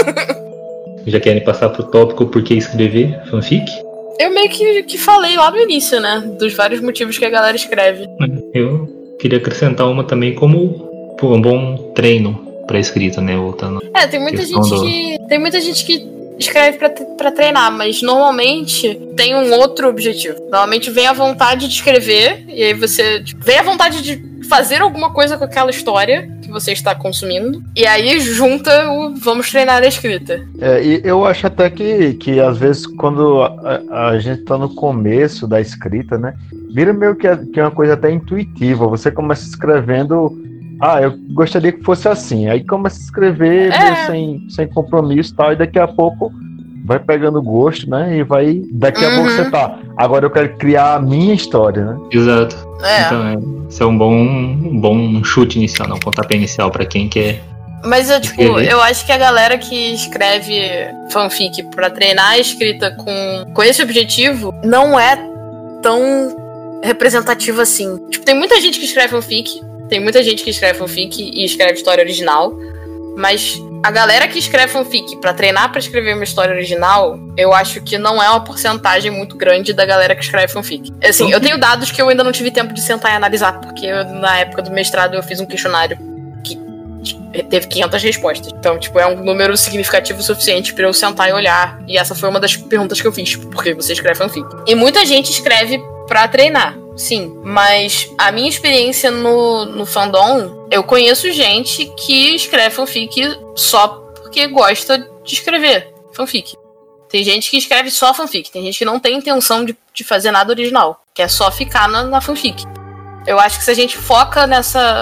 Já querem passar pro tópico por que escrever fanfic? Eu meio que, que falei lá no início, né? Dos vários motivos que a galera escreve. Eu queria acrescentar uma também como pô, um bom treino pra escrita, né? Voltando. É, tem muita gente do... que. Tem muita gente que escreve pra, pra treinar, mas normalmente tem um outro objetivo. Normalmente vem a vontade de escrever, e aí você. Tipo, vem a vontade de fazer alguma coisa com aquela história que você está consumindo, e aí junta o vamos treinar a escrita. É, e eu acho até que, que às vezes quando a, a gente tá no começo da escrita, né, vira meio que, que é uma coisa até intuitiva. Você começa escrevendo, ah, eu gostaria que fosse assim, aí começa a escrever É. meio sem, sem compromisso e tal, e daqui a pouco vai pegando gosto, né, e vai, daqui a Uhum. pouco você tá, agora eu quero criar a minha história, né. Exato. É. Então, é, isso é um bom, um bom chute inicial, não, um pontapé inicial pra quem quer. Mas eu, tipo, Escrever. eu acho que a galera que escreve fanfic pra treinar a escrita com, com esse objetivo não é tão representativa assim. Tipo, tem muita gente que escreve fanfic, tem muita gente que escreve fanfic e escreve história original, mas a galera que escreve fanfic pra treinar pra escrever uma história original, eu acho que não é uma porcentagem muito grande da galera que escreve fanfic. Assim, eu tenho dados que eu ainda não tive tempo de sentar e analisar, porque eu, na época do mestrado eu fiz um questionário que teve quinhentas respostas. Então, tipo, é um número significativo suficiente pra eu sentar e olhar. E essa foi uma das perguntas que eu fiz, porque você escreve fanfic. E muita gente escreve pra treinar, sim. Mas a minha experiência no, no fandom, eu conheço gente que escreve fanfic só porque gosta de escrever fanfic. Tem gente que escreve só fanfic, tem gente que não tem intenção de, de fazer nada original, que é só ficar na, na fanfic. Eu acho que se a gente foca nessa...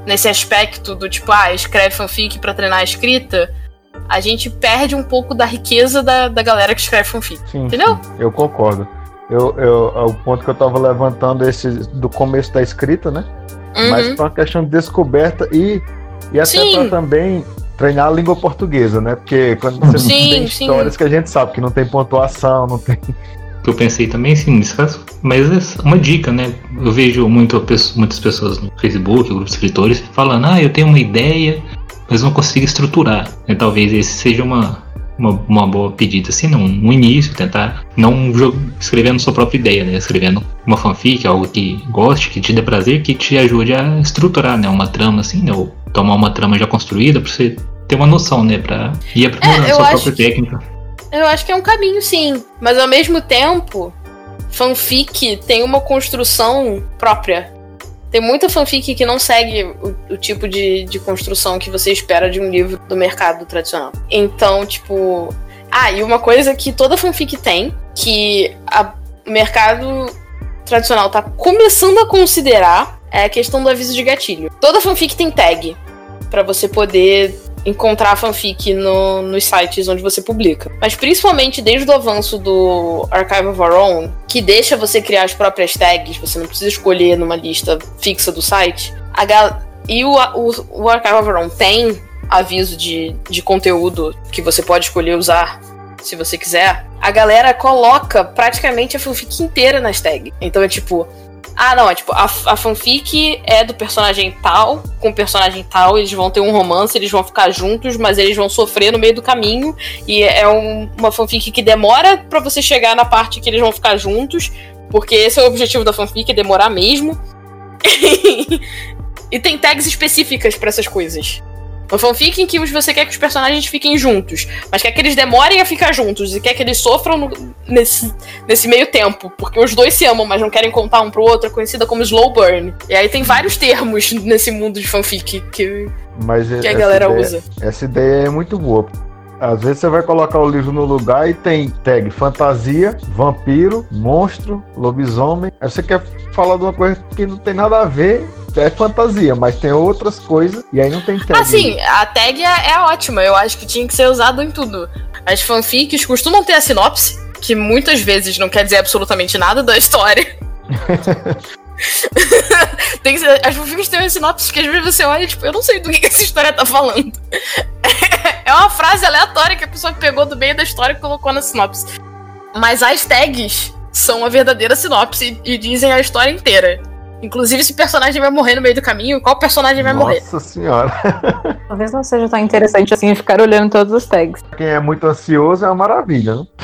nesse aspecto do tipo, ah, escreve fanfic pra treinar a escrita, a gente perde um pouco da riqueza da, da galera que escreve fanfic. Sim, entendeu? Sim, eu concordo. Eu, eu, o ponto que eu tava levantando esse do começo da escrita, né? Uhum. Mas pra uma questão de descoberta e, e até sim. pra também treinar a língua portuguesa, né? Porque quando você sim, tem histórias sim. que a gente sabe que não tem pontuação, não tem... Que eu pensei também, sim, nesse caso, mas é uma dica, né? Eu vejo muito, muitas pessoas no Facebook, grupos de escritores, falando, ah, eu tenho uma ideia, mas não consigo estruturar. E talvez esse seja uma, uma, uma boa pedida, assim, no, no início, tentar não escrevendo sua própria ideia, né? Escrevendo uma fanfic, algo que goste, que te dê prazer, que te ajude a estruturar, né? Uma trama, assim, né? Ou tomar uma trama já construída pra você ter uma noção, né? Pra ir aprimorando é, sua própria que... técnica. Eu acho que é um caminho, sim. Mas, ao mesmo tempo, fanfic tem uma construção própria. Tem muita fanfic que não segue o, o tipo de, de construção que você espera de um livro do mercado tradicional. Então, tipo... Ah, e uma coisa que toda fanfic tem, que a, o mercado tradicional tá começando a considerar, é a questão do aviso de gatilho. Toda fanfic tem tag, pra você poder... encontrar fanfic no, nos sites onde você publica. Mas principalmente desde o avanço do Archive of Our Own, que deixa você criar as próprias tags, você não precisa escolher numa lista fixa do site. A gal- e o, o, o Archive of Our Own tem aviso de, de conteúdo que você pode escolher usar se você quiser. A galera coloca praticamente a fanfic inteira nas tags. Então é tipo... Ah, não, é tipo, a, a fanfic é do personagem tal, com o personagem tal, eles vão ter um romance, eles vão ficar juntos, mas eles vão sofrer no meio do caminho, e é um, uma fanfic que demora pra você chegar na parte que eles vão ficar juntos, porque esse é o objetivo da fanfic, é demorar mesmo. E tem tags específicas pra essas coisas. Uma fanfic em que você quer que os personagens fiquem juntos, mas quer que eles demorem a ficar juntos e quer que eles sofram no, nesse, nesse meio tempo, porque os dois se amam, mas não querem contar um pro outro, é conhecida como slow burn. E aí tem vários termos nesse mundo de fanfic que, mas que a galera ideia, usa. Essa ideia é muito boa. Às vezes você vai colocar o livro no lugar e tem tag fantasia, vampiro, monstro, lobisomem. Aí você quer falar de uma coisa que não tem nada a ver, é fantasia, mas tem outras coisas e aí não tem tag. Ah, sim, a tag é, é ótima, eu acho que tinha que ser usado em tudo. As fanfics costumam ter a sinopse, que muitas vezes não quer dizer absolutamente nada da história. Tem que ser, as fanfics têm uma sinopse que às vezes você olha e tipo, eu não sei do que, que essa história tá falando. É uma frase aleatória que a pessoa pegou do meio da história e colocou na sinopse. Mas as tags são a verdadeira sinopse e dizem a história inteira. Inclusive se o personagem vai morrer no meio do caminho, qual personagem vai Nossa morrer. Nossa senhora. Talvez não seja tão interessante assim ficar olhando todos os tags. Quem é muito ansioso é uma maravilha, né?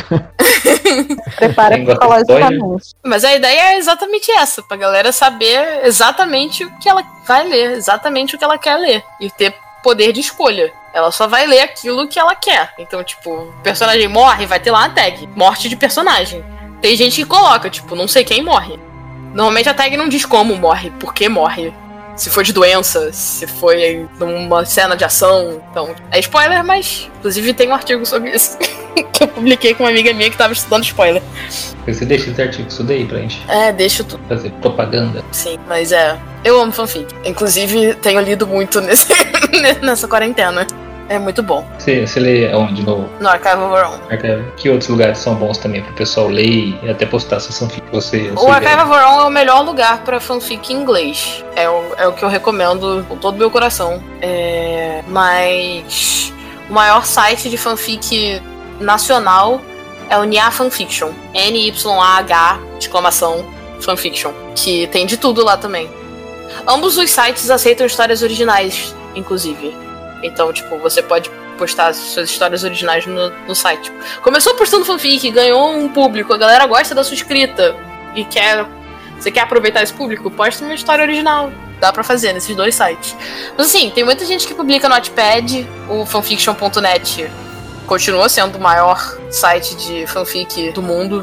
Prepara psicologicamente. Mas a ideia é exatamente essa, pra galera saber exatamente o que ela vai ler, exatamente o que ela quer ler. E ter poder de escolha. Ela só vai ler aquilo que ela quer. Então, tipo, o personagem morre, vai ter lá a tag. Morte de personagem. Tem gente que coloca, tipo, não sei quem morre. Normalmente a tag não diz como morre, por que morre. Se foi de doença, se foi numa cena de ação. Então, é spoiler, mas inclusive tem um artigo sobre isso que eu publiquei com uma amiga minha que tava estudando spoiler. Você deixa esse artigo isso daí pra gente? É, deixo tudo. Fazer propaganda. Sim, mas é... Eu amo fanfic. Inclusive, tenho lido muito nesse, nessa quarentena. É muito bom. Você, você lê onde? No, no Archive of Our Own. Archive. Que outros lugares são bons também pro pessoal ler e até postar sua fanfic? Você, o Archive of Our Own é o melhor lugar pra fanfic em inglês. É o, é o que eu recomendo com todo o meu coração. É, mas o maior site de fanfic nacional é o Nha Fanfiction. N Y A H, exclamação, fanfiction. Que tem de tudo lá também. Ambos os sites aceitam histórias originais, inclusive. Então, tipo, você pode postar suas histórias originais no, no site. Tipo, começou postando fanfic, ganhou um público, a galera gosta da sua escrita e quer... Você quer aproveitar esse público? Posta uma história original. Dá pra fazer nesses dois sites. Mas assim, tem muita gente que publica no Wattpad, o fanfiction ponto net continua sendo o maior site de fanfic do mundo.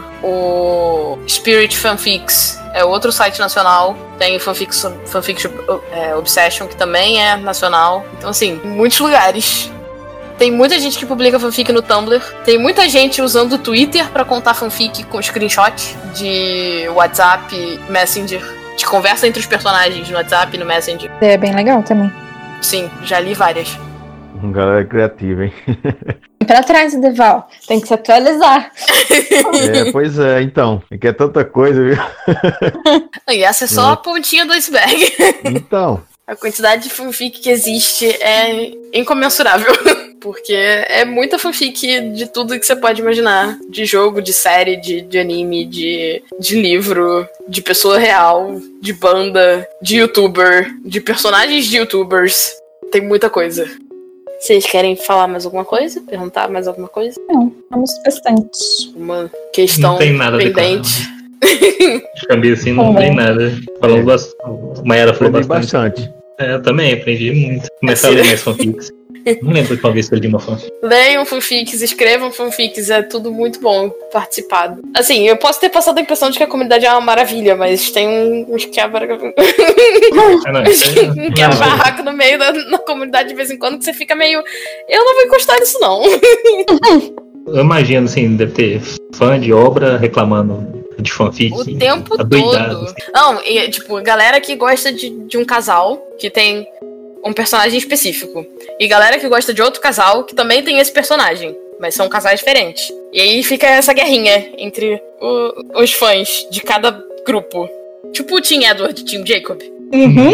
O Spirit Fanfics é outro site nacional. Tem Fanfics, Fanfics é, Obsession, que também é nacional. Então, assim, em muitos lugares. Tem muita gente que publica fanfic no Tumblr. Tem muita gente usando o Twitter pra contar fanfic com screenshot de WhatsApp, Messenger de conversa entre os personagens no WhatsApp, no Messenger. É bem legal também. Sim, já li várias. Galera criativa, hein? Pra trás, Deval. Tem que se atualizar. É, pois é, então. É que é tanta coisa, viu? E essa é só É. a pontinha do iceberg. Então. A quantidade de fanfic que existe é incomensurável. Porque é muita fanfic de tudo que você pode imaginar. De jogo, de série, de, de anime, de, de livro, de pessoa real, de banda, de youtuber, de personagens de youtubers. Tem muita coisa. Vocês querem falar mais alguma coisa? Perguntar mais alguma coisa? Não, vamos bastante. Uma questão Não tem nada pendente. De cabeça assim, não Uhum. tem nada. Falou É. bastante. Mayara falou Aprendi bastante. bastante. É, eu também aprendi muito. Começar a ler mais fanfics. Não lembro de uma vez que eu li uma fanfic. Leiam fanfics, escrevam fanfics, é tudo muito bom participar. Assim, eu posso ter passado a impressão de que a comunidade é uma maravilha, mas tem um- uns quebra... Ah, não, isso é- um quebra-barraco no meio da na comunidade de vez em quando que você fica meio... Eu não vou encostar nisso, não. Eu imagino, assim, deve ter fã de obra reclamando de fanfic. O tempo adoidado, todo. assim. Não, e, tipo, galera que gosta de, de um casal que tem um personagem específico. E galera que gosta de outro casal que também tem esse personagem. Mas são casais diferentes. E aí fica essa guerrinha entre o- os fãs de cada grupo. Tipo o Team Edward e Team Jacob. Uhum.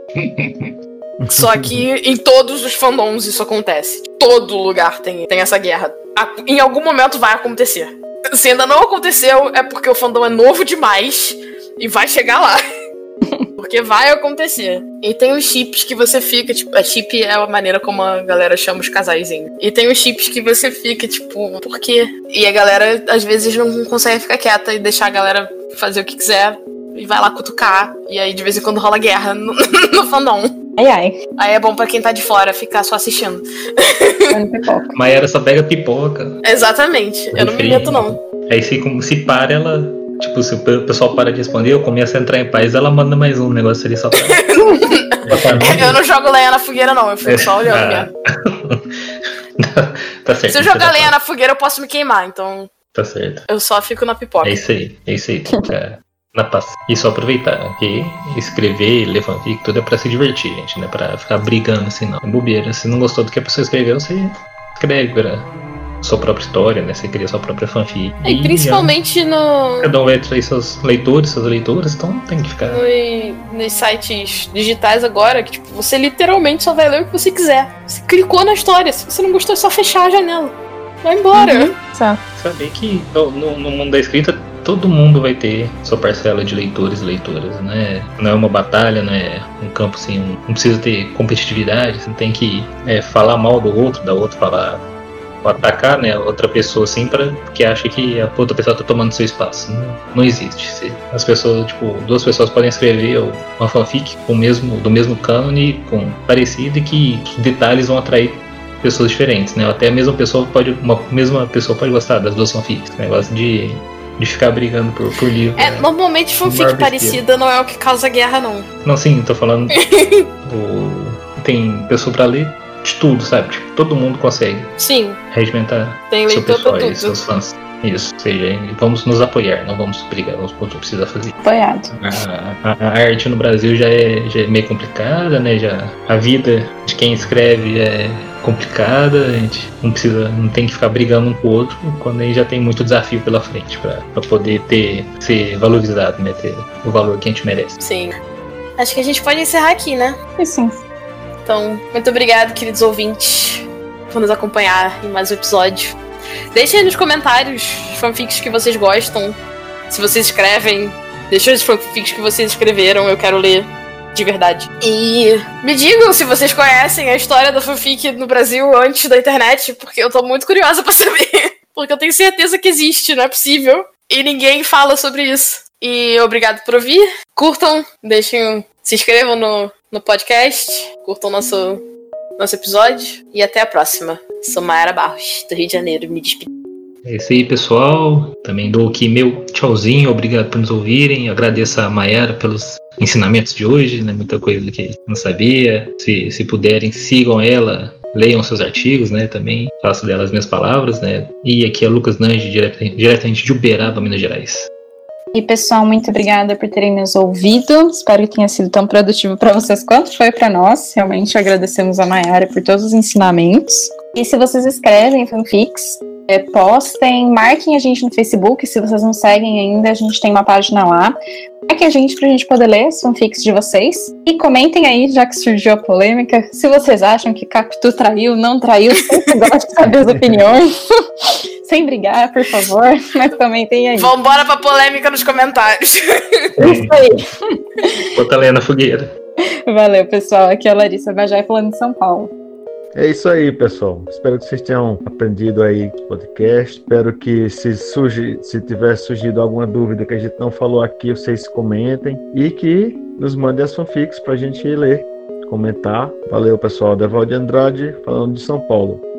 Só que em todos os fandoms isso acontece. Todo lugar tem, tem essa guerra. A- em algum momento vai acontecer. Se ainda não aconteceu, é porque o fandom é novo demais e vai chegar lá. Porque vai acontecer. E tem os chips que você fica, tipo, a chip é a maneira como a galera chama os casaizinhos. E tem os chips que você fica, tipo, por quê? E a galera, às vezes, não consegue ficar quieta e deixar a galera fazer o que quiser. E vai lá cutucar. E aí, de vez em quando, rola guerra no, no fandom. Ai, ai. Aí é bom pra quem tá de fora ficar só assistindo. Dando pipoca. Mayara só pega pipoca. Exatamente. Eu não me meto, não. Aí se, se para, ela. Tipo, se o pe- pessoal para de responder, eu começo a entrar em paz, ela manda mais um negócio ali só pra. Eu não jogo lenha na fogueira, não. Eu fico só olhando Ah. mesmo. Tá certo. Se eu jogar lenha na fogueira, eu posso me queimar. Então, Tá certo. eu só fico na pipoca. É isso aí, é isso aí. Tem que ficar na paz. E só aproveitar, porque escrever, ler fanfic, tudo é pra se divertir, gente, não é pra ficar brigando assim, não. É bobeira. Se não gostou do que a pessoa escreveu, você escreve pra sua própria história, né? Você cria sua própria fanfic. E principalmente no, já, cada um vai atrair seus leitores, suas leitoras, então tem que ficar. no, nos sites digitais agora, que tipo, você literalmente só vai ler o que você quiser. Você clicou na história. Se você não gostou, é só fechar a janela. Vai embora. Uhum. Só. Saber que no, no- no mundo da escrita todo mundo vai ter sua parcela de leitores e leitoras, né? Não é uma batalha, não é um campo assim, um- não precisa ter competitividade, você não tem que é, falar mal do outro, da outra falar, ou atacar, né, outra pessoa assim, pra, porque acha que a outra pessoa tá tomando seu espaço. Não, não existe. Se as pessoas, tipo, duas pessoas podem escrever uma fanfic com o mesmo, do mesmo cânone, com parecido, e que detalhes vão atrair pessoas diferentes, né? Até a mesma pessoa pode, uma mesma pessoa pode gostar das duas fanfics. Negócio de, de ficar brigando por, por livro. É, né? normalmente fanfic Maior parecida não é o que causa guerra, não. Não, sim, tô falando. o, tem pessoa pra ler de tudo, sabe? Tipo, todo mundo consegue Sim, regimentar tem seu leitor pra pessoal e tudo. seus fãs. Isso, ou seja, vamos nos apoiar, não vamos brigar, vamos o que precisa fazer. Apoiado. A, a- a arte no Brasil já é, já é meio complicada, né? Já, a vida de quem escreve é complicada, a gente não precisa, não tem que ficar brigando um com o outro quando a gente já tem muito desafio pela frente pra pra poder ter, ser valorizado, né? Ter o valor que a gente merece. Sim. Acho que a gente pode encerrar aqui, né? E sim. Então, muito obrigado, queridos ouvintes, por nos acompanhar em mais um episódio. Deixem aí nos comentários os fanfics que vocês gostam. Se vocês escrevem, deixem os fanfics que vocês escreveram, eu quero ler de verdade. E me digam se vocês conhecem a história da fanfic no Brasil antes da internet, porque eu tô muito curiosa pra saber. Porque eu tenho certeza que existe, não é possível. E ninguém fala sobre isso. E obrigado por ouvir. Curtam, deixem, se inscrevam no, no podcast, curtam nosso, nosso episódio. E até a próxima. Sou Mayara Barros, do Rio de Janeiro. Me despido. É isso aí, pessoal. Também dou aqui meu tchauzinho, obrigado por nos ouvirem. Agradeço a Mayara pelos ensinamentos de hoje, né? Muita coisa que eu não sabia. Se, se puderem, sigam ela, leiam seus artigos, né? Também faço dela as minhas palavras, né? E aqui é Lucas Nange, diretamente, diretamente de Uberaba, Minas Gerais. E pessoal, muito obrigada por terem nos ouvido. Espero que tenha sido tão produtivo para vocês quanto foi para nós. Realmente agradecemos a Mayara por todos os ensinamentos. E se vocês escrevem fanfics, é, postem, marquem a gente no Facebook. Se vocês não seguem ainda, a gente tem uma página lá. Marquem a gente pra gente poder ler as fanfics de vocês. E comentem aí, já que surgiu a polêmica, se vocês acham que Capitu traiu, não traiu. Sempre gosto de saber as opiniões. Sem brigar, por favor, mas comentem aí. Vambora pra polêmica nos comentários. Isso aí. Bota a lenha na fogueira. Valeu, pessoal. Aqui é a Larissa Bajai falando de São Paulo. É isso aí, pessoal. Espero que vocês tenham aprendido aí o podcast. Espero que se, surge, se tiver surgido alguma dúvida que a gente não falou aqui, vocês comentem. E que nos mandem as fanfics pra gente ler, comentar. Valeu, pessoal. Devaldo Andrade, falando de São Paulo.